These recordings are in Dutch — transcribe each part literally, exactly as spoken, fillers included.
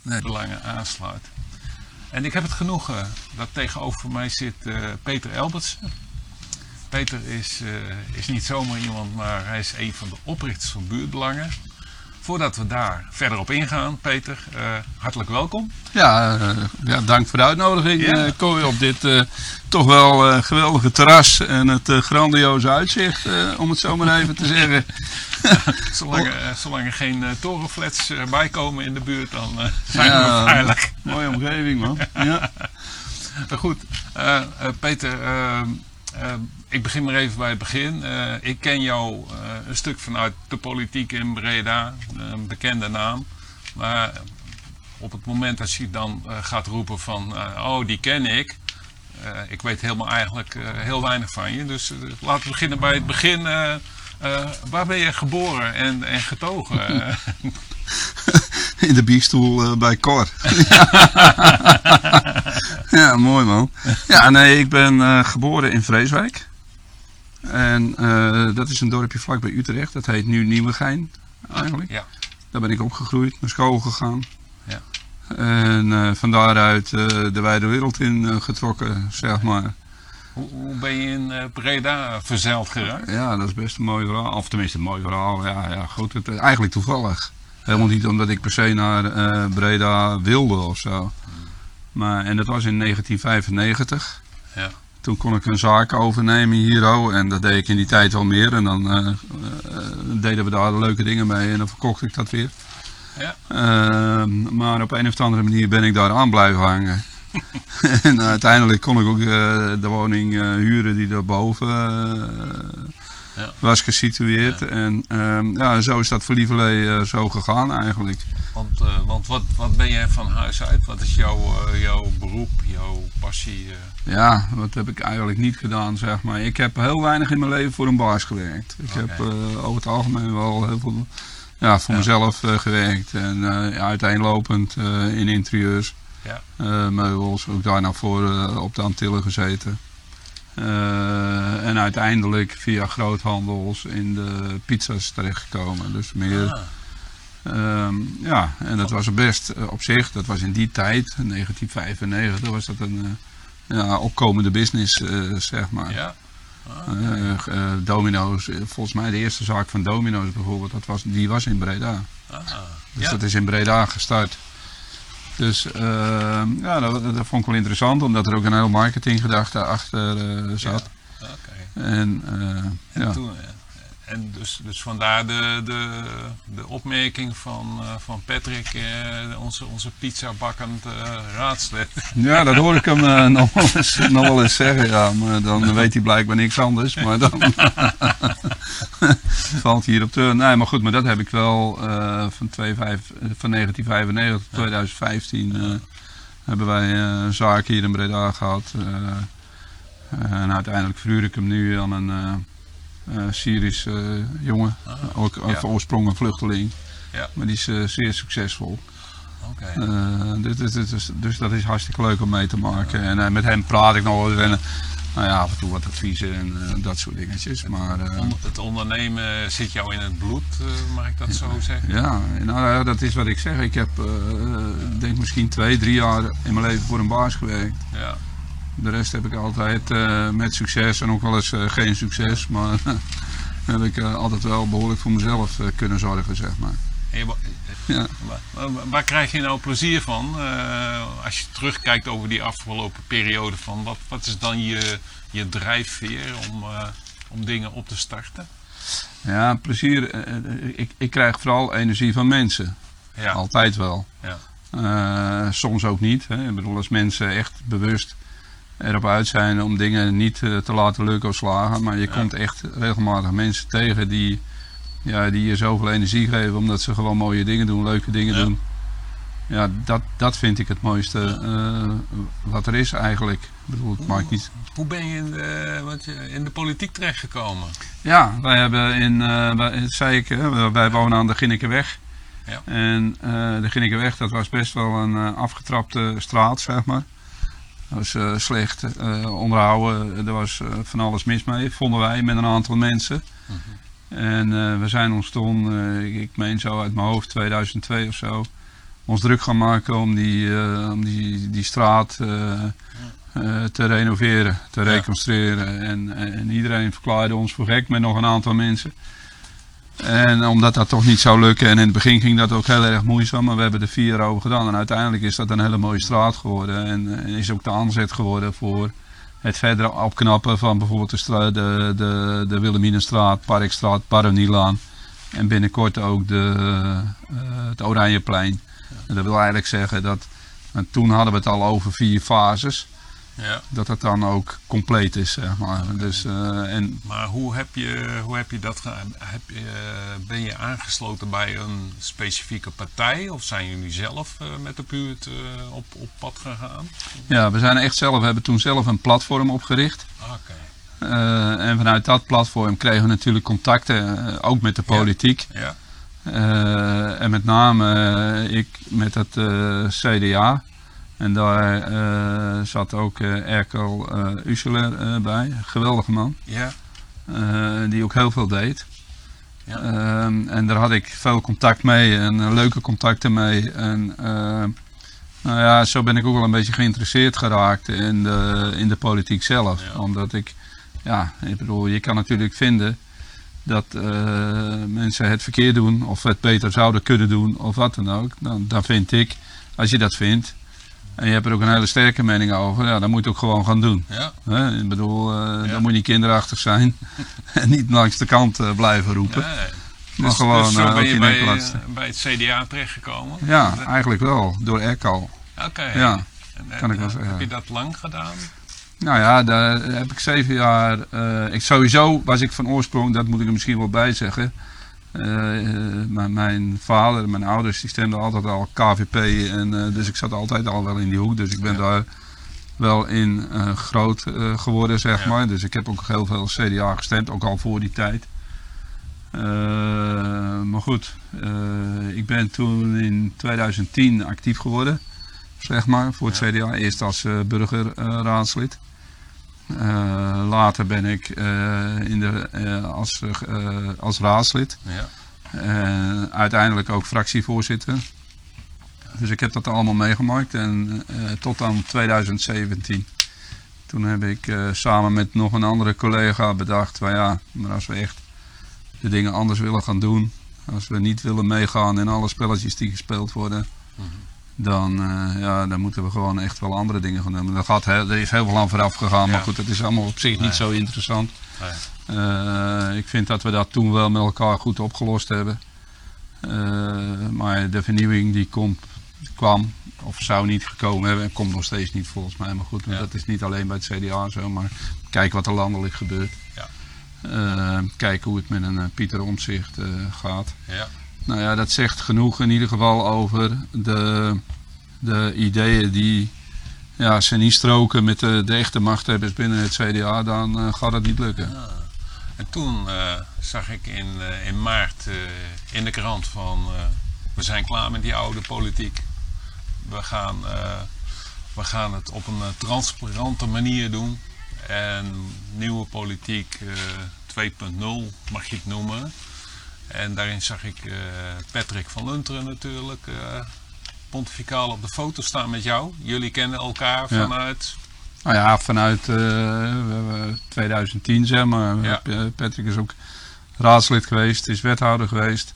nee. belangen aansluit. En ik heb het genoegen dat tegenover mij zit uh, Peter Elbertsen. Peter is, uh, is niet zomaar iemand, maar hij is een van de oprichters van Buurtbelangen. Voordat we daar verder op ingaan, Peter, uh, hartelijk welkom. Ja, uh, ja, dank voor de uitnodiging. Ja. Uh, kom je op dit uh, toch wel uh, geweldige terras en het uh, grandioze uitzicht, uh, om het zo maar even te zeggen. zolang, uh, zolang er geen uh, torenflats erbij komen in de buurt, dan uh, zijn ja, we veilig. Mooie omgeving, man. Ja. Maar goed, uh, uh, Peter, uh, uh, ik begin maar even bij het begin. Uh, ik ken jou uh, een stuk vanuit de politiek in Breda, een bekende naam. Maar op het moment dat je dan uh, gaat roepen van, uh, oh die ken ik. Uh, ik weet helemaal eigenlijk uh, heel weinig van je. Dus uh, laten we beginnen bij het begin. Uh, uh, waar ben je geboren en, en getogen? In de biechtstoel uh, bij Cor. Ja, mooi man. Ja, nee, ik ben uh, geboren in Vreeswijk. En uh, dat is een dorpje vlakbij Utrecht. Dat heet nu Nieuwegein eigenlijk. Ja. Daar ben ik opgegroeid, naar school gegaan. Ja. En uh, van daaruit uh, de wijde wereld in uh, getrokken, zeg maar. Hoe, hoe ben je in uh, Breda verzeild geraakt? Ja, dat is best een mooi verhaal. Of tenminste een mooi verhaal. Ja, ja goed. Het, eigenlijk toevallig. Helemaal niet omdat ik per se naar uh, Breda wilde of zo. Maar, en dat was in negentien vijfennegentig. Ja. Toen kon ik een zaak overnemen hier ook. En dat deed ik in die tijd wel meer. En dan uh, uh, deden we daar leuke dingen mee. En dan verkocht ik dat weer. Ja. Uh, maar op een of andere manier ben ik daar aan blijven hangen. En uiteindelijk kon ik ook uh, de woning uh, huren die daarboven uh, ja. was gesitueerd. Ja. En uh, ja, zo is dat voor Lieverlee uh, zo gegaan eigenlijk. Want, uh, want wat, wat ben jij van huis uit? Wat is jouw, uh, jouw beroep, jouw passie? Uh? Ja, wat heb ik eigenlijk niet gedaan, zeg maar. Ik heb heel weinig in mijn leven voor een baas gewerkt. Ik okay. heb uh, over het algemeen wel heel veel ja, voor ja. mezelf uh, gewerkt. En uh, uiteenlopend uh, in interieurs. Ja. Uh, meubels, ook daarna voor uh, op de Antillen gezeten. Uh, en uiteindelijk via groothandels in de pizza's terechtgekomen. Dus meer... Ah. Um, ja, en dat was best uh, op zich, dat was in die tijd, negentien vijfennegentig, was dat een uh, ja, opkomende business, uh, zeg maar. Ja. Ah, okay. uh, uh, Domino's, volgens mij de eerste zaak van Domino's bijvoorbeeld, dat was, die was in Breda. Ah, dus ja. dat is in Breda gestart. Dus uh, ja, dat, dat vond ik wel interessant, omdat er ook een heel marketinggedachte achter uh, zat. Ja. Okay. En, uh, en, ja. toen, en dus, dus vandaar de, de, de opmerking van, uh, van Patrick, uh, onze, onze pizzabakkend uh, raadslid. Ja, dat hoor ik hem uh, nog, wel eens, nog wel eens zeggen, ja, maar dan weet hij blijkbaar niks anders. Maar dan valt hij hierop terug. Nee, maar goed, maar dat heb ik wel uh, van, van negentien vijfennegentig tot twintig vijftien uh, hebben wij uh, een zaak hier in Breda gehad. Uh, uh, en uiteindelijk verhuur ik hem nu aan een... Uh, Uh, Syrisch uh, jongen, ah, ook ja. van oorsprong een vluchteling, ja. maar die is uh, zeer succesvol. Okay. Uh, dus, dus, dus, dus dat is hartstikke leuk om mee te maken. Ja. En uh, met hem praat ik nog wel eens en uh, nou ja, af en toe wat adviezen en uh, dat soort dingetjes. Maar, uh, het ondernemen zit jou in het bloed, uh, mag ik dat ja, zo zeggen? Ja, nou, dat is wat ik zeg. Ik heb uh, denk misschien twee, drie jaar in mijn leven voor een baas gewerkt. Ja. De rest heb ik altijd uh, met succes en ook wel eens uh, geen succes, maar heb ik uh, altijd wel behoorlijk voor mezelf uh, kunnen zorgen, zeg maar. Hey, ja. waar, waar, waar krijg je nou plezier van uh, als je terugkijkt over die afgelopen periode? Van wat, wat is dan je, je drijfveer om, uh, om dingen op te starten? Ja, plezier. Uh, ik, ik krijg vooral energie van mensen. Ja. Altijd wel. Ja. Uh, soms ook niet. Hè. Ik bedoel, als mensen echt bewust erop uit zijn om dingen niet uh, te laten lukken of slagen. Maar je ja. komt echt regelmatig mensen tegen die, ja, die je zoveel energie geven omdat ze gewoon mooie dingen doen, leuke dingen ja. doen. Ja, dat, dat vind ik het mooiste uh, wat er is eigenlijk. Ik bedoel, het hoe, maakt niet... Hoe ben je in de, wat je, in de politiek terechtgekomen? Ja, wij hebben in, uh, wij, dat zei ik, hè, wij wonen aan de Ginnikeweg. Ja. En uh, de Ginnikeweg, dat was best wel een uh, afgetrapte straat, zeg maar. Dat was uh, slecht uh, onderhouden, er was uh, van alles mis mee, vonden wij met een aantal mensen. Uh-huh. En uh, we zijn ons toen, uh, ik meen zo uit mijn hoofd tweeduizend twee of zo, ons druk gaan maken om die, uh, om die, die straat uh, uh, te renoveren, te ja. reconstrueren. En, en iedereen verklaarde ons voor gek met nog een aantal mensen. En omdat dat toch niet zou lukken, en in het begin ging dat ook heel erg moeizaam, maar we hebben er vier jaar over gedaan. En uiteindelijk is dat een hele mooie straat geworden en, en is ook de aanzet geworden voor het verder opknappen van bijvoorbeeld de, stra- de, de, de Wilhelminastraat, Parkstraat, Baronielaan en binnenkort ook de, uh, het Oranjeplein. En dat wil eigenlijk zeggen dat, en toen hadden we het al over vier fases. Ja. Dat het dan ook compleet is, zeg maar. Okay. Dus, uh, en maar hoe heb je, hoe heb je dat gedaan? Heb je, ben je aangesloten bij een specifieke partij? Of zijn jullie zelf uh, met de buurt uh, op, op pad gegaan? Ja, we zijn echt zelf, we hebben toen zelf een platform opgericht. Okay. Uh, en vanuit dat platform kregen we natuurlijk contacten, uh, ook met de politiek. Ja. Ja. Uh, en met name uh, ik met het uh, C D A. En daar uh, zat ook uh, Erkel uh, Useler uh, bij, geweldige man, ja. uh, die ook heel veel deed. Ja. Uh, en daar had ik veel contact mee en uh, leuke contacten mee. En uh, nou ja, zo ben ik ook wel een beetje geïnteresseerd geraakt in de, in de politiek zelf. Ja. Omdat ik, ja, ik bedoel, je kan natuurlijk vinden dat uh, mensen het verkeerd doen of het beter zouden kunnen doen of wat dan ook. Dan, dan vind ik, als je dat vindt, en je hebt er ook een hele sterke mening over, ja, dan moet je het ook gewoon gaan doen. Ja. He, ik bedoel, uh, ja. dan moet je niet kinderachtig zijn en niet langs de kant uh, blijven roepen. Ja, ja. Maar dus, gewoon dus zo uh, ben je bij, uh, bij het C D A terechtgekomen? Ja, dat... eigenlijk wel, door Ercal. Oké, okay. Ja, en, kan en, ik wel zeggen. Heb je dat lang gedaan? Nou ja, daar heb ik zeven jaar, uh, ik, sowieso was ik van oorsprong, dat moet ik er misschien wel bij zeggen. Uh, uh, mijn vader, mijn ouders, die stemden altijd al K V P en uh, dus ik zat altijd al wel in die hoek. Dus ik ben ja. daar wel in uh, groot uh, geworden, zeg ja. maar. Dus ik heb ook heel veel C D A gestemd, ook al voor die tijd. Uh, maar goed, uh, ik ben toen in tweeduizend tien actief geworden, zeg maar, voor het ja. C D A. Eerst als uh, burgerraadslid. Uh, later ben ik uh, in de, uh, als, uh, als raadslid. Ja. Uh, uiteindelijk ook fractievoorzitter. Dus ik heb dat allemaal meegemaakt. En uh, tot aan tweeduizend zeventien. Toen heb ik uh, samen met nog een andere collega bedacht. Van ja, maar als we echt de dingen anders willen gaan doen. Als we niet willen meegaan in alle spelletjes die gespeeld worden. Mm-hmm. Dan, uh, ja, dan moeten we gewoon echt wel andere dingen gaan doen. Dat gaat heel, er is heel veel aan vooraf gegaan, ja. maar goed, het is allemaal op zich niet nee. zo interessant. Nee. Uh, ik vind dat we dat toen wel met elkaar goed opgelost hebben. Uh, maar de vernieuwing die komt, kwam, of zou niet gekomen hebben, en komt nog steeds niet volgens mij. Maar goed, ja. dat is niet alleen bij het C D A zo, maar kijk wat er landelijk gebeurt. Ja. Uh, kijk hoe het met een uh, Pieter Omtzigt uh, gaat. Ja. Nou ja, dat zegt genoeg in ieder geval over de, de ideeën die ja, ze niet stroken met de, de echte machthebbers binnen het C D A, dan uh, gaat het niet lukken. Ja. En toen uh, zag ik in, uh, in maart uh, in de krant van uh, we zijn klaar met die oude politiek. We gaan, uh, we gaan het op een uh, transparante manier doen. En nieuwe politiek uh, twee punt nul mag je het noemen. En daarin zag ik uh, Patrick van Lunteren natuurlijk uh, pontificaal op de foto staan met jou. Jullie kennen elkaar vanuit... Ja. Nou ja, vanuit uh, tweeduizend tien zeg maar. Ja. Patrick is ook raadslid geweest, is wethouder geweest.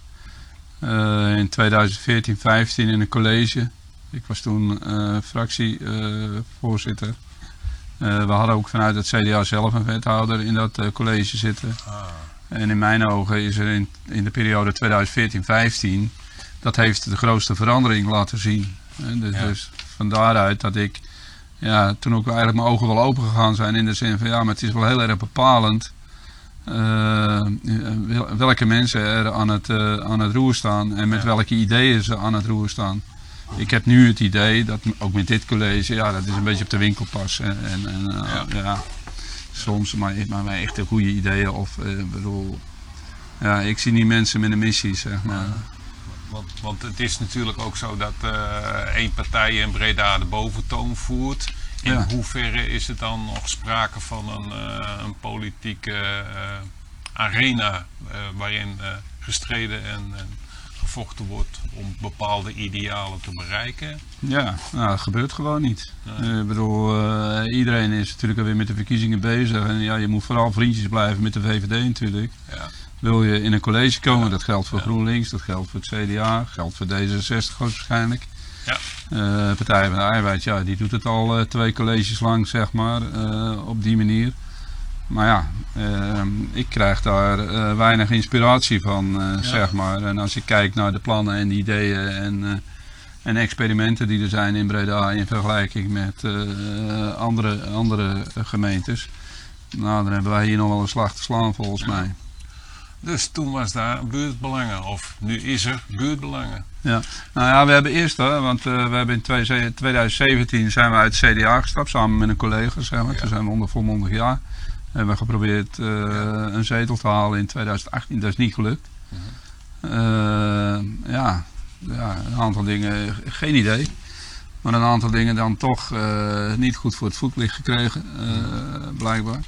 Uh, in tweeduizend veertien vijftien in een college. Ik was toen uh, fractievoorzitter. Uh, uh, we hadden ook vanuit het C D A zelf een wethouder in dat uh, college zitten. Ah. En in mijn ogen is er in, in de periode tweeduizend veertien vijftien, dat heeft de grootste verandering laten zien. En dus, ja. dus van daaruit dat ik ja, toen ook eigenlijk mijn ogen wel open gegaan zijn in de zin van ja, maar het is wel heel erg bepalend uh, welke mensen er aan het, uh, aan het roer staan en met ja. welke ideeën ze aan het roer staan. Ik heb nu het idee dat ook met dit college, ja, dat is een beetje op de winkelpas en, en, en uh, ja. ja. Soms, maar, maar echt goede ideeën of, uh, bedoel, ja, ik zie niet mensen met een missie, zeg maar. Ja, want, want het is natuurlijk ook zo dat uh, één partij in Breda de boventoon voert. In ja. hoeverre is het dan nog sprake van een, uh, een politieke uh, arena uh, waarin uh, gestreden en, en gevochten wordt om bepaalde idealen te bereiken. Ja, nou, dat gebeurt gewoon niet. Ja. Uh, ik bedoel, uh, iedereen is natuurlijk alweer met de verkiezingen bezig. En ja, je moet vooral vriendjes blijven met de V V D natuurlijk. Ja. Wil je in een college komen, Ja. dat geldt voor Ja. GroenLinks, dat geldt voor het C D A, dat geldt voor D zesenzestig waarschijnlijk. Ja. Uh, Partij van de Arbeid, ja, die doet het al uh, twee colleges lang, zeg maar, uh, op die manier. Maar ja, uh, ik krijg daar uh, weinig inspiratie van, uh, Ja. zeg maar. En als ik kijk naar de plannen en de ideeën en, uh, en experimenten die er zijn in Breda in vergelijking met uh, andere, andere gemeentes, nou, dan hebben wij hier nog wel een slag te slaan volgens Ja. mij. Dus toen was daar buurtbelangen, of nu is er buurtbelangen. Ja, nou ja, we hebben eerst, hè, want uh, we hebben in twintig zeventien zijn we uit het C D A gestapt samen met een collega, zeg maar. Ja. Toen zijn we onder volmondig jaar. Hebben we geprobeerd uh, Ja. een zetel te halen in twintig achttien, dat is niet gelukt. Mhm. Uh, ja, ja, een aantal dingen, geen idee. Maar een aantal dingen dan toch uh, niet goed voor het voetlicht gekregen, uh, blijkbaar.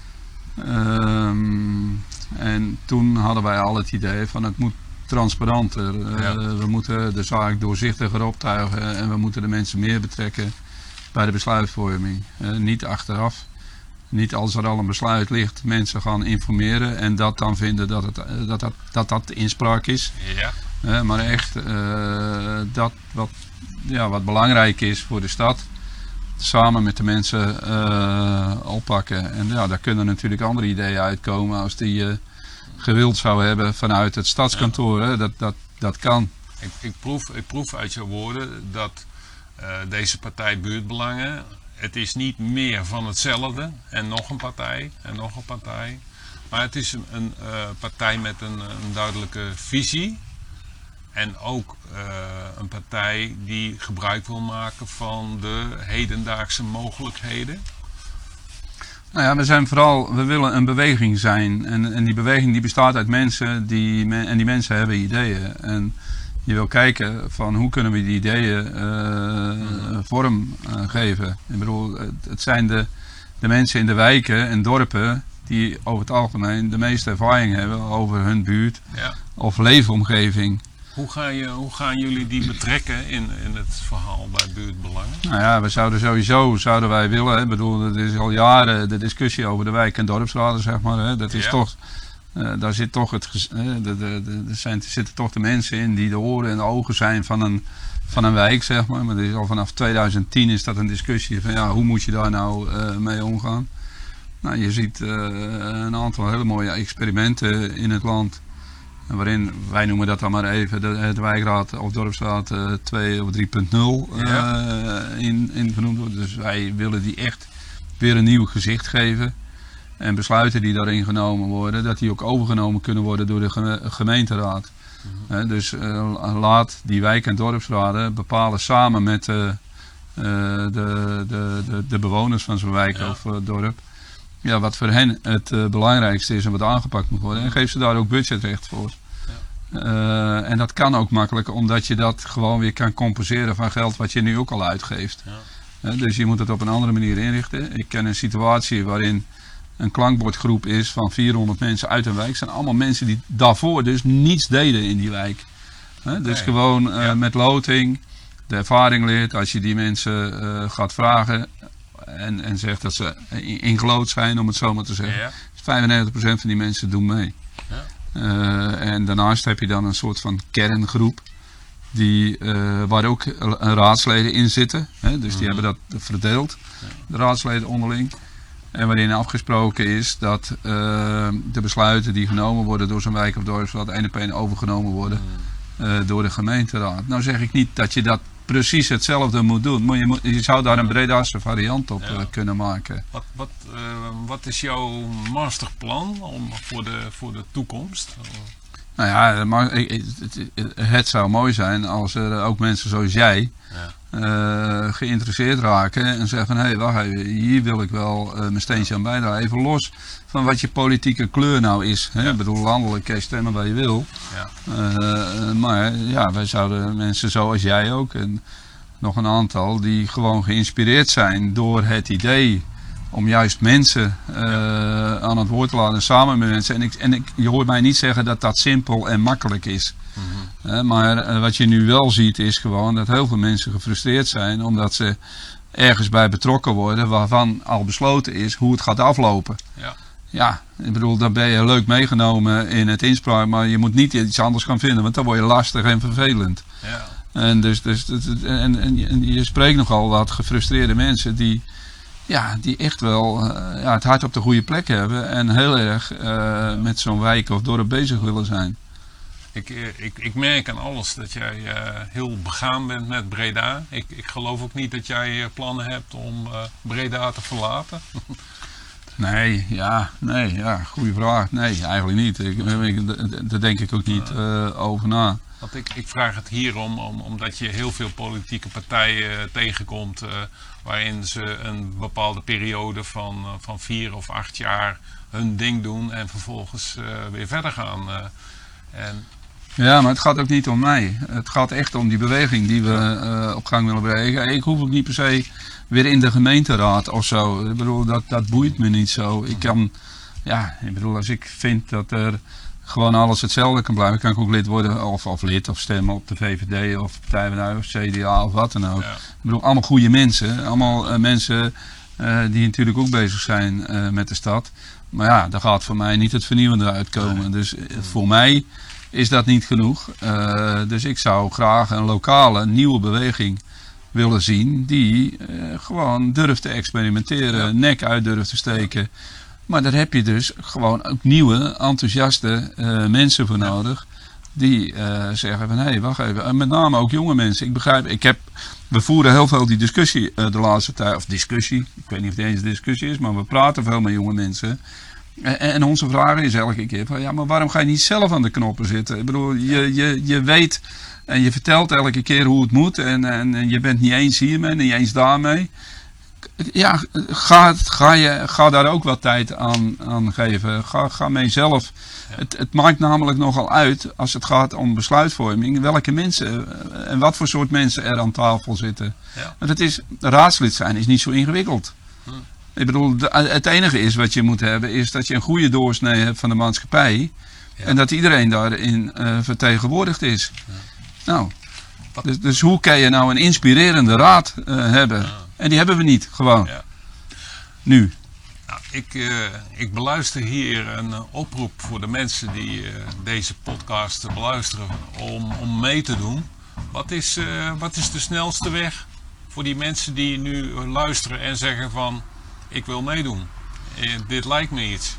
Um, en toen hadden wij al het idee van het moet transparanter. Uh, Ja. We moeten de zaak doorzichtiger optuigen en we moeten de mensen meer betrekken bij de besluitvorming. Uh, niet achteraf. Niet als er al een besluit ligt, mensen gaan informeren en dat dan vinden dat het, dat, dat, dat, dat de inspraak is. Ja. Uh, maar echt uh, dat wat, ja, wat belangrijk is voor de stad, samen met de mensen uh, oppakken. En ja, daar kunnen natuurlijk andere ideeën uitkomen als die je uh, gewild zou hebben vanuit het stadskantoor. Hè. Dat, dat, dat kan. Ik, ik, proef, ik proef uit jouw woorden dat uh, deze partij buurtbelangen, het is niet meer van hetzelfde en nog een partij en nog een partij. Maar het is een, een uh, partij met een, een duidelijke visie. En ook uh, een partij die gebruik wil maken van de hedendaagse mogelijkheden. Nou ja, we zijn vooral, we willen een beweging zijn. En, en die beweging die bestaat uit mensen die, en die mensen hebben ideeën. En je wil kijken van hoe kunnen we die ideeën uh, vorm uh, geven. Ik bedoel, het, het zijn de, de mensen in de wijken en dorpen die over het algemeen de meeste ervaring hebben over hun buurt Ja. of leefomgeving. Hoe, ga je, hoe gaan jullie die betrekken in, in het verhaal bij buurtbelangen? Nou ja, we zouden sowieso, zouden wij willen, hè, bedoel, het is al jaren de discussie over de wijk- en dorpsraden, zeg maar. Hè, dat is Ja. toch, uh, daar zit toch het, ges- hè, de, de, de, de zijn, zitten toch de mensen in die de oren en de ogen zijn van een, van een wijk, zeg maar. Maar dat is al vanaf twintig tien is dat een discussie van ja, hoe moet je daar nou uh, mee omgaan? Nou, je ziet uh, een aantal hele mooie experimenten in het land. Waarin, wij noemen dat dan maar even, de, de wijkraad of dorpsraad uh, twee of drie punt nul uh, Ja. in, in genoemd wordt. Dus wij willen die echt weer een nieuw gezicht geven. En besluiten die daarin genomen worden, dat die ook overgenomen kunnen worden door de geme- gemeenteraad. Mhm. Uh, dus uh, laat die wijk- en dorpsraden bepalen samen met uh, uh, de, de, de, de bewoners van zo'n wijk Ja. of uh, dorp. Ja, wat voor hen het uh, belangrijkste is en wat aangepakt moet worden. En geef ze daar ook budgetrecht voor. Ja. Uh, en dat kan ook makkelijk, omdat je dat gewoon weer kan compenseren van geld wat je nu ook al uitgeeft. Ja. Uh, dus je moet het op een andere manier inrichten. Ik ken een situatie waarin een klankbordgroep is van vierhonderd mensen uit een wijk. Het zijn allemaal mensen die daarvoor dus niets deden in die wijk. Uh, dus Nee. gewoon uh, Ja. met loting, de ervaring leert, als je die mensen uh, gaat vragen en, en zegt dat ze ingelood zijn, om het zo maar te zeggen. Ja. vijfennegentig procent van die mensen doen mee. Ja. Uh, en daarnaast heb je dan een soort van kerngroep die, uh, waar ook raadsleden in zitten. Hè? Dus die Mhm. hebben dat verdeeld, de raadsleden onderling. En waarin afgesproken is dat uh, de besluiten die genomen worden door zo'n wijk of dorpsraad één op één overgenomen worden uh, door de gemeenteraad. Nou zeg ik niet dat je dat precies hetzelfde moet doen, maar je, moet, je zou daar een Bredaanse variant op Ja. uh, kunnen maken. Wat, wat, uh, wat is jouw masterplan om, voor, de, voor de toekomst? Nou ja, maar het, het, het zou mooi zijn als er ook mensen zoals jij Ja. uh, geïnteresseerd raken en zeggen van hé, hey, wacht even, hier wil ik wel uh, mijn steentje aan bijdragen. Even los van wat je politieke kleur nou is. Hè? Ja. Ik bedoel, landelijk kan je stemmen waar je wil. Ja. Uh, maar ja, wij zouden mensen zoals jij ook en nog een aantal die gewoon geïnspireerd zijn door het idee om juist mensen uh, aan het woord te laten samen met mensen. En, ik, en ik, je hoort mij niet zeggen dat dat simpel en makkelijk is. Mm-hmm. Uh, maar uh, wat je nu wel ziet is gewoon dat heel veel mensen gefrustreerd zijn omdat ze ergens bij betrokken worden waarvan al besloten is hoe het gaat aflopen. Ja. Ja, ik bedoel, dan ben je leuk meegenomen in het inspraak, maar je moet niet iets anders gaan vinden, want dan word je lastig en vervelend. Ja. En, dus, dus, en, en, en je spreekt nogal wat gefrustreerde mensen die, ja, die echt wel uh, ja, het hart op de goede plek hebben en heel erg uh, met zo'n wijk of dorp bezig willen zijn. Ik, ik, ik merk aan alles dat jij uh, heel begaan bent met Breda. Ik, ik geloof ook niet dat jij plannen hebt om uh, Breda te verlaten. Nee, ja, nee, ja, goede vraag. Nee, eigenlijk niet. Ik, ik, daar denk ik ook niet uh, over na. Want ik, ik vraag het hierom, om, omdat je heel veel politieke partijen tegenkomt, uh, waarin ze een bepaalde periode van, uh, van vier of acht jaar hun ding doen en vervolgens uh, weer verder gaan. Uh, en Ja, maar het gaat ook niet om mij. Het gaat echt om die beweging die we uh, op gang willen brengen. Ik hoef ook niet per se weer in de gemeenteraad of zo. Ik bedoel, dat, dat boeit me niet zo. Ik kan, ja, ik bedoel, als ik vind dat er gewoon alles hetzelfde kan blijven, kan ik ook lid worden of, of lid of stemmen op de V V D of Partij van de Arbeid of C D A of wat dan ook. Ja. Ik bedoel, allemaal goede mensen. Allemaal uh, mensen uh, die natuurlijk ook bezig zijn uh, met de stad. Maar ja, daar gaat voor mij niet het vernieuwende uitkomen. Nee. Dus uh, voor mij is dat niet genoeg. Uh, dus ik zou graag een lokale, nieuwe beweging willen zien die uh, gewoon durft te experimenteren, ja. nek uit durft te steken. Maar daar heb je dus gewoon ook nieuwe, enthousiaste uh, mensen voor nodig. Die uh, zeggen van, hé, hey, wacht even. En met name ook jonge mensen. Ik begrijp, ik heb, we voeren heel veel die discussie uh, de laatste tijd. Of discussie, ik weet niet of het eens een discussie is, maar we praten veel met jonge mensen. En, en onze vraag is elke keer van, ja, maar waarom ga je niet zelf aan de knoppen zitten? Ik bedoel, je, je, je weet en je vertelt elke keer hoe het moet. En, en, en je bent niet eens hiermee, niet eens daarmee. Ja, ga, ga, je, ga daar ook wat tijd aan, aan geven. Ga, ga mee zelf. Ja. Het, het maakt namelijk nogal uit, als het gaat om besluitvorming, welke mensen en wat voor soort mensen er aan tafel zitten. Ja. Want het is, raadslid zijn is niet zo ingewikkeld. Hm. Ik bedoel, de, het enige is wat je moet hebben, is dat je een goede doorsnee hebt van de maatschappij. Ja. En dat iedereen daarin uh, vertegenwoordigd is. Ja. Nou, dus, dus hoe kan je nou een inspirerende raad uh, hebben? Ja. En die hebben we niet, gewoon. Ja. Nu. Nou, ik, uh, ik beluister hier een uh, oproep voor de mensen die uh, deze podcast beluisteren om, om mee te doen. Wat is, uh, wat is de snelste weg voor die mensen die nu uh, luisteren en zeggen van, ik wil meedoen. Uh, dit lijkt me iets.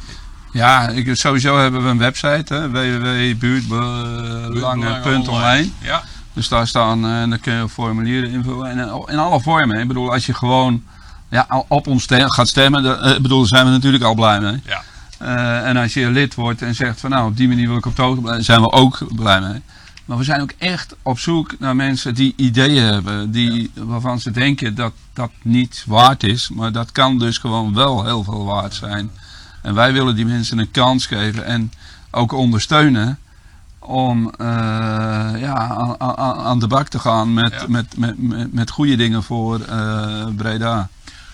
Ja, ik, sowieso hebben we een website, w w w punt buurtbelangen punt online. Ja. Dus daar staan, en dan kun je formulieren invullen. En in alle vormen. Ik bedoel, als je gewoon ja, op ons stem, gaat stemmen, daar, ik bedoel, daar zijn we natuurlijk al blij mee. Ja. Uh, en als je lid wordt en zegt van, nou, op die manier wil ik op de hoogte blijven, zijn we ook blij mee. Maar we zijn ook echt op zoek naar mensen die ideeën hebben, die, ja. waarvan ze denken dat dat niet waard is. Maar dat kan dus gewoon wel heel veel waard zijn. En wij willen die mensen een kans geven en ook ondersteunen om uh, ja, aan, aan, aan de bak te gaan met, ja. met, met, met, met goede dingen voor uh, Breda.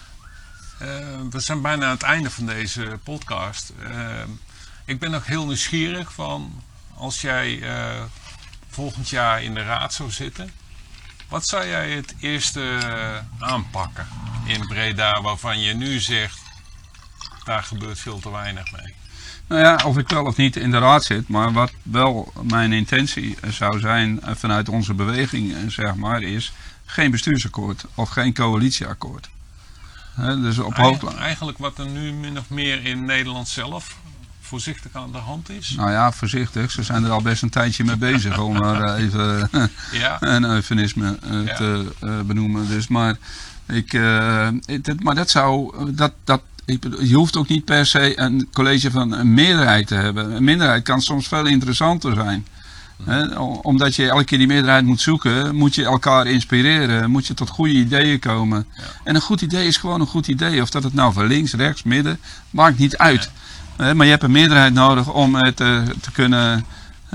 Uh, we zijn bijna aan het einde van deze podcast. Uh, ik ben ook heel nieuwsgierig van, als jij uh, volgend jaar in de raad zou zitten, wat zou jij het eerste uh, aanpakken in Breda waarvan je nu zegt, daar gebeurt veel te weinig mee? Nou ja, of ik wel of niet in de raad zit, maar wat wel mijn intentie zou zijn vanuit onze beweging, zeg maar, is geen bestuursakkoord of geen coalitieakkoord. He, dus op Eigen, eigenlijk wat er nu min of meer in Nederland zelf voorzichtig aan de hand is? Nou ja, voorzichtig. Ze zijn er al best een tijdje mee bezig om er even ja. een eufemisme uh, ja. te uh, benoemen. Dus, maar, ik, uh, het, maar dat zou... Dat, dat, je hoeft ook niet per se een college van een meerderheid te hebben. Een minderheid kan soms veel interessanter zijn. He, omdat je elke keer die meerderheid moet zoeken, moet je elkaar inspireren, moet je tot goede ideeën komen. Ja. En een goed idee is gewoon een goed idee. Of dat het nou van links, rechts, midden, maakt niet uit. Ja. He, maar je hebt een meerderheid nodig om het te, te, kunnen,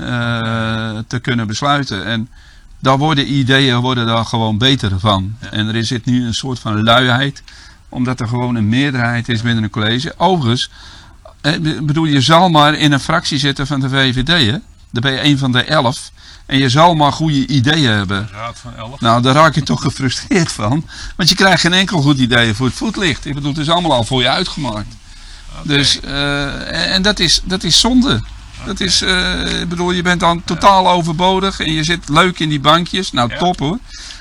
uh, te kunnen besluiten. En daar worden ideeën worden daar gewoon beter van. Ja. En er zit nu een soort van luiheid. Omdat er gewoon een meerderheid is binnen een college. Overigens, ik bedoel, je zal maar in een fractie zitten van de V V D. Hè? Dan ben je een van de elf. En je zal maar goede ideeën hebben. Raad van elf. Nou, daar raak je toch gefrustreerd van. Want je krijgt geen enkel goed idee voor het voetlicht. Ik bedoel, het is allemaal al voor je uitgemaakt. Okay. Dus, uh, en dat is, dat is zonde. Okay. Dat is, uh, ik bedoel, je bent dan totaal ja. overbodig. En je zit leuk in die bankjes. Nou, ja. top hoor.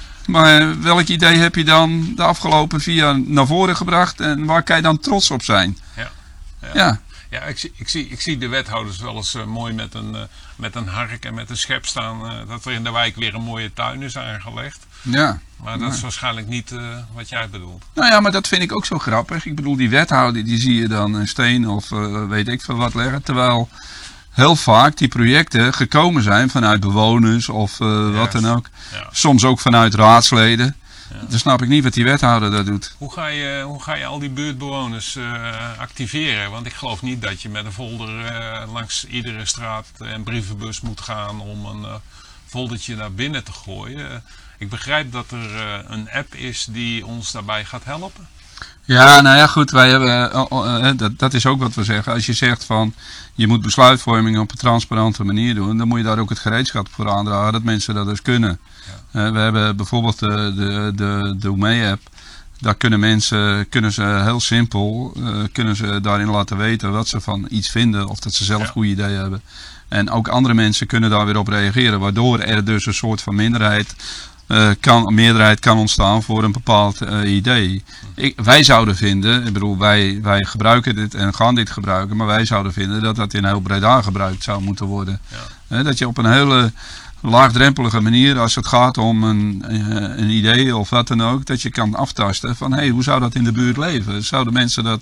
Maar welk idee heb je dan de afgelopen vier jaar naar voren gebracht? En waar kan je dan trots op zijn? Ja. Ja. ja. Ja, ik zie, ik, zie, ik zie de wethouders wel eens uh, mooi met een, uh, met een hark en met een schep staan. Uh, dat er in de wijk weer een mooie tuin is aangelegd. Ja. Maar dat ja. is waarschijnlijk niet uh, wat jij bedoelt. Nou ja, maar dat vind ik ook zo grappig. Ik bedoel, die wethouder, die zie je dan een steen of uh, weet ik veel wat leggen. Terwijl heel vaak die projecten gekomen zijn vanuit bewoners of uh, wat yes. dan ook. Ja. Soms ook vanuit raadsleden. Ja. Dan snap ik niet wat die wethouder dat doet. Hoe ga je, hoe ga je al die buurtbewoners uh, activeren? Want ik geloof niet dat je met een folder uh, langs iedere straat en brievenbus moet gaan om een uh, foldertje naar binnen te gooien. Uh, ik begrijp dat er uh, een app is die ons daarbij gaat helpen. Ja, nou ja, goed, wij hebben, uh, uh, dat, dat is ook wat we zeggen. Als je zegt van, je moet besluitvorming op een transparante manier doen, dan moet je daar ook het gereedschap voor aandragen, dat mensen dat dus kunnen. Ja. Uh, we hebben bijvoorbeeld de, de, de, de Oemee-app. Daar kunnen mensen, kunnen ze heel simpel, uh, kunnen ze daarin laten weten wat ze van iets vinden, of dat ze zelf ja. goede ideeën hebben. En ook andere mensen kunnen daar weer op reageren, waardoor er dus een soort van minderheid Uh, kan, meerderheid kan ontstaan voor een bepaald uh, idee. Ik, wij zouden vinden, ik bedoel, wij, wij gebruiken dit en gaan dit gebruiken, maar wij zouden vinden dat dat in heel Breda gebruikt zou moeten worden. Ja. Uh, dat je op een hele laagdrempelige manier, als het gaat om een, uh, een idee of wat dan ook, dat je kan aftasten van, hé, hey, hoe zou dat in de buurt leven? Zouden mensen dat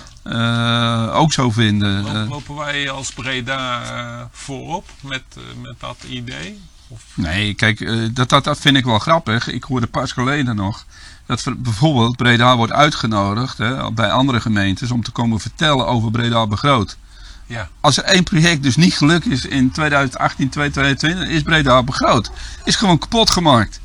uh, ook zo vinden? Lopen wij als Breda uh, voorop met, uh, met dat idee? Of? Nee, kijk, uh, dat, dat, dat vind ik wel grappig. Ik hoorde pas geleden nog dat bijvoorbeeld Breda wordt uitgenodigd hè, bij andere gemeentes om te komen vertellen over Breda begroot. Ja. Als er één project dus niet gelukt is in twintig achttien, twintig twintig, is Breda begroot. Is gewoon kapot gemaakt.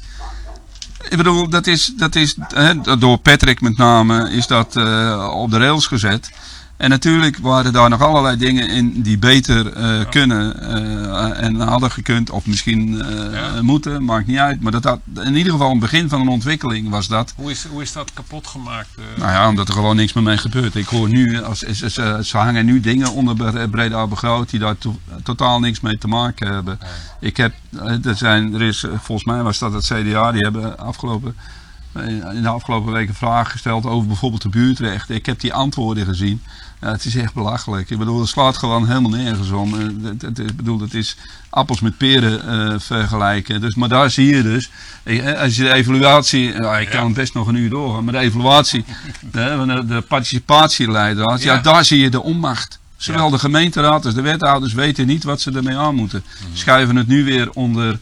Ik bedoel, dat is, dat is hè, door Patrick met name is dat uh, op de rails gezet. En natuurlijk waren daar nog allerlei dingen in die beter uh, ja. kunnen uh, en hadden gekund of misschien uh, ja. moeten, maakt niet uit. Maar dat had in ieder geval een begin van een ontwikkeling was dat. Hoe is, hoe is dat kapot gemaakt? Uh? Nou ja, omdat er gewoon niks meer mee gebeurt. Ik hoor nu, als, ze, ze, ze hangen nu dingen onder Breda begroot die daar to, totaal niks mee te maken hebben. Ja. Ik heb, er, zijn, er is, volgens mij was dat het C D A, die hebben afgelopen... in de afgelopen weken vragen gesteld over bijvoorbeeld de buurtrechten. Ik heb die antwoorden gezien. Ja, het is echt belachelijk. Ik bedoel, het slaat gewoon helemaal nergens om. Het, het, het, bedoel, het is appels met peren uh, vergelijken. Dus, maar daar zie je dus, als je de evaluatie, ja, ik kan best nog een uur doorgaan, maar de evaluatie de, de, de participatieleidraad, ja. ja, daar zie je de onmacht. Zowel ja. de gemeenteraad als de wethouders weten niet wat ze ermee aan moeten. Mm-hmm. Schuiven het nu weer onder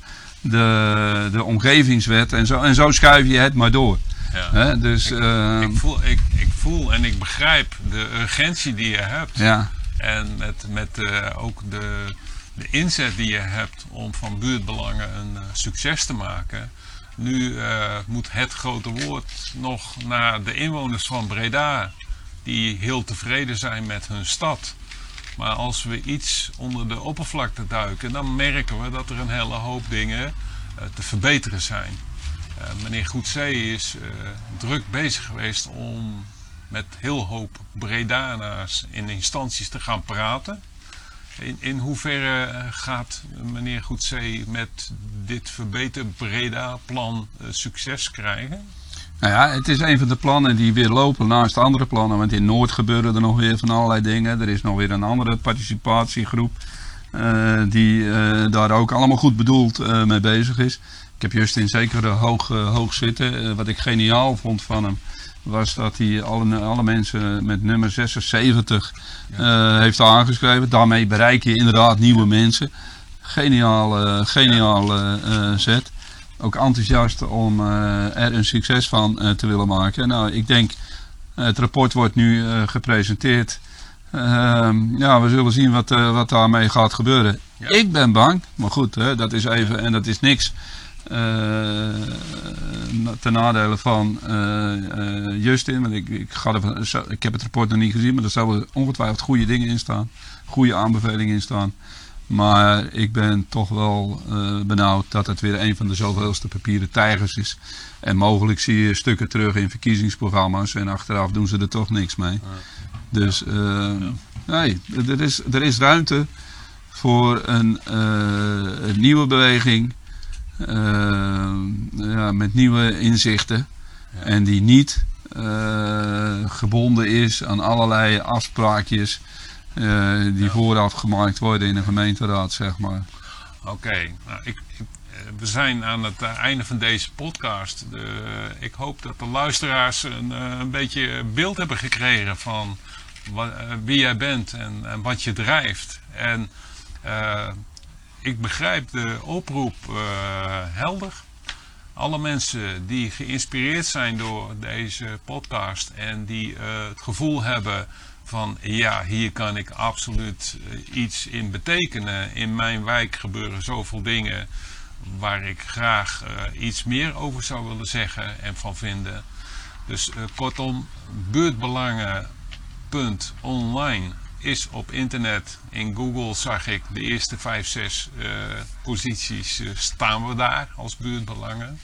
de, de omgevingswet en zo, en zo schuif je het maar door. Ja. He, dus, ik, uh, ik, voel, ik, ik voel en ik begrijp de urgentie die je hebt. Ja. En met, met uh, ook de, de inzet die je hebt om van buurtbelangen een uh, succes te maken. Nu uh, moet het grote woord nog naar de inwoners van Breda, die heel tevreden zijn met hun stad. Maar als we iets onder de oppervlakte duiken, dan merken we dat er een hele hoop dingen uh, te verbeteren zijn. Uh, meneer Goedzee is uh, druk bezig geweest om met heel hoop Bredanaars in instanties te gaan praten. In, in hoeverre gaat meneer Goedzee met dit verbeter Breda-plan uh, succes krijgen? Nou ja, het is een van de plannen die weer lopen naast andere plannen. Want in Noord gebeuren er nog weer van allerlei dingen. Er is nog weer een andere participatiegroep uh, die uh, daar ook allemaal goed bedoeld uh, mee bezig is. Ik heb Justin zeker hoog, uh, hoog zitten. Uh, wat ik geniaal vond van hem was dat hij alle, alle mensen met nummer zesenzeventig uh, heeft aangeschreven. Daarmee bereik je inderdaad nieuwe mensen. Geniaal, uh, geniaal uh, uh, zet. Ook enthousiast om uh, er een succes van uh, te willen maken. Nou, ik denk, uh, het rapport wordt nu uh, gepresenteerd. Uh, ja, we zullen zien wat, uh, wat daarmee gaat gebeuren. Ja. Ik ben bang, maar goed, hè, dat is even en dat is niks Uh, ten nadele van uh, uh, Justin, want ik, ik, ga er, ik heb het rapport nog niet gezien, maar er zullen ongetwijfeld goede dingen in staan, goede aanbevelingen in staan. Maar ik ben toch wel uh, benauwd dat het weer een van de zoveelste papieren tijgers is. En mogelijk zie je stukken terug in verkiezingsprogramma's en achteraf doen ze er toch niks mee. Dus uh, ja. nee, er is, er is ruimte voor een, uh, een nieuwe beweging. Uh, ja, met nieuwe inzichten. Ja. En die niet uh, gebonden is aan allerlei afspraakjes uh, die ja. vooraf gemaakt worden in een gemeenteraad, zeg maar. Oké, okay. nou, ik, ik, we zijn aan het einde van deze podcast. Uh, ik hoop dat de luisteraars een, uh, een beetje beeld hebben gekregen van wat, uh, wie jij bent en, en wat je drijft. En uh, ik begrijp de oproep uh, helder. Alle mensen die geïnspireerd zijn door deze podcast en die uh, het gevoel hebben van ja, hier kan ik absoluut uh, iets in betekenen. In mijn wijk gebeuren zoveel dingen waar ik graag uh, iets meer over zou willen zeggen en van vinden. Dus uh, kortom, buurtbelangen punt online is op internet. In Google zag ik de eerste vijf, zes uh, posities uh, staan we daar als buurtbelangen.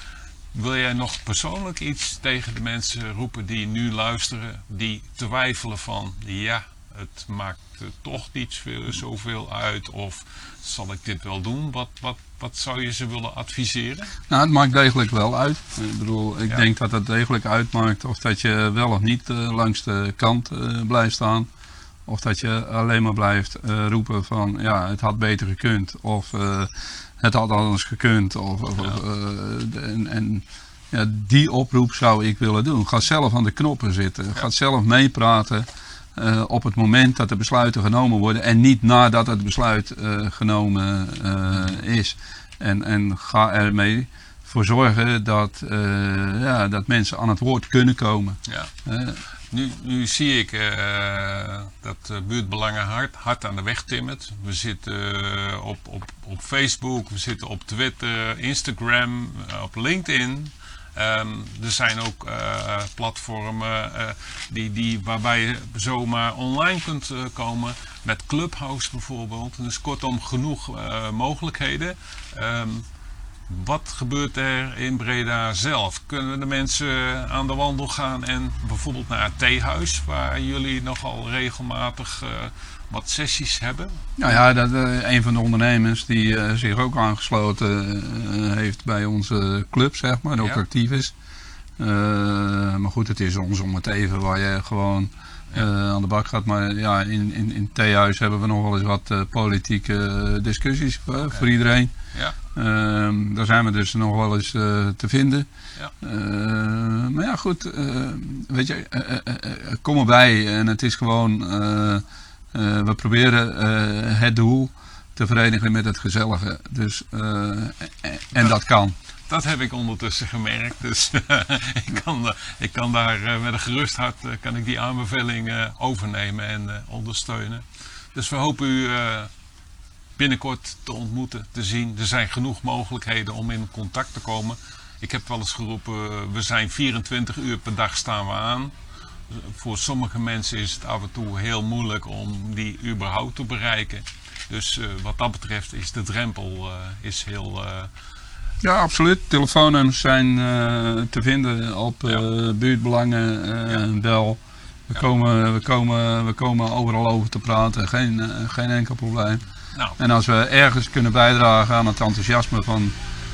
Wil jij nog persoonlijk iets tegen de mensen roepen die nu luisteren, die twijfelen van ja, het maakt uh, toch niet veel, zoveel uit of zal ik dit wel doen? Wat, wat, wat zou je ze willen adviseren? Nou, het maakt degelijk wel uit. Ik bedoel, ik ja. denk dat het degelijk uitmaakt of dat je wel of niet uh, langs de kant uh, blijft staan. Of dat je alleen maar blijft uh, roepen van ja, het had beter gekund. Of uh, het had anders gekund. Of, of, ja. uh, en, en ja, die oproep zou ik willen doen. Ga zelf aan de knoppen zitten. Ja. Ga zelf meepraten uh, op het moment dat de besluiten genomen worden. En niet nadat het besluit uh, genomen uh, is. En, en ga ermee voor zorgen dat, uh, ja, dat mensen aan het woord kunnen komen. Ja. Uh, Nu, nu zie ik uh, dat uh, buurtbelangen hard, hard aan de weg timmert. We zitten uh, op, op, op Facebook, we zitten op Twitter, Instagram, uh, op LinkedIn. Um, er zijn ook uh, platformen uh, die, die, waarbij je zomaar online kunt uh, komen. Met Clubhouse bijvoorbeeld. Dus kortom genoeg uh, mogelijkheden. Um, Wat gebeurt er in Breda zelf? Kunnen de mensen aan de wandel gaan en bijvoorbeeld naar het theehuis, waar jullie nogal regelmatig uh, wat sessies hebben? Nou ja, dat, uh, een van de ondernemers die uh, zich ook aangesloten uh, heeft bij onze club, zeg maar, ook ja. actief is. Uh, maar goed, het is ons om het even waar je gewoon uh, ja. aan de bak gaat. Maar ja, in, in, in het theehuis hebben we nog wel eens wat uh, politieke discussies uh, okay. voor iedereen. Ja. Uh, daar zijn we dus nog wel eens uh, te vinden. Ja. Uh, maar ja, goed, uh, weet je, uh, uh, uh, kom erbij en het is gewoon, uh, uh, we proberen uh, het doel te verenigen met het gezellige. Dus, uh, en, en ja. dat kan. Dat heb ik ondertussen gemerkt, dus uh, ik, kan, uh, ik kan daar uh, met een gerust hart uh, kan ik die aanbeveling uh, overnemen en uh, ondersteunen. Dus we hopen u uh, binnenkort te ontmoeten, te zien. Er zijn genoeg mogelijkheden om in contact te komen. Ik heb wel eens geroepen, uh, we zijn vierentwintig uur per dag staan we aan. Voor sommige mensen is het af en toe heel moeilijk om die überhaupt te bereiken. Dus uh, wat dat betreft is de drempel uh, is heel... Uh, Ja, absoluut. Telefoonnummers zijn uh, te vinden op uh, ja. buurtbelangen, uh, ja. bel. We, ja. komen, we, komen, we komen overal over te praten, geen, uh, geen enkel probleem. Nou. En als we ergens kunnen bijdragen aan het enthousiasme van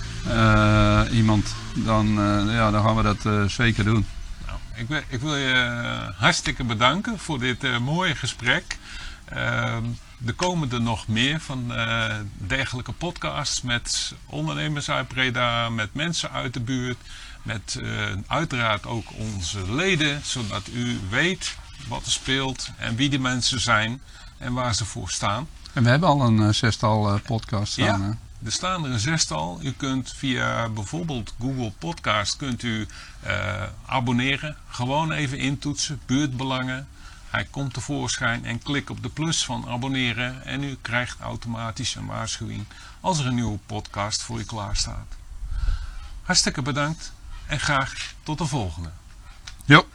uh, iemand, dan, uh, ja, dan gaan we dat uh, zeker doen. Nou, ik, wil, ik wil je hartstikke bedanken voor dit uh, mooie gesprek. Uh, Er komen er nog meer van uh, dergelijke podcasts met ondernemers uit Breda, met mensen uit de buurt, met uh, uiteraard ook onze leden, zodat u weet wat er speelt en wie die mensen zijn en waar ze voor staan. En we hebben al een uh, zestal uh, podcasts staan. Ja, hè? er staan er een zestal. U kunt via bijvoorbeeld Google Podcast kunt u uh, abonneren, gewoon even intoetsen, buurtbelangen. Hij komt tevoorschijn en klik op de plus van abonneren en u krijgt automatisch een waarschuwing als er een nieuwe podcast voor u klaar staat. hartstikke bedankt en graag tot de volgende. Jo.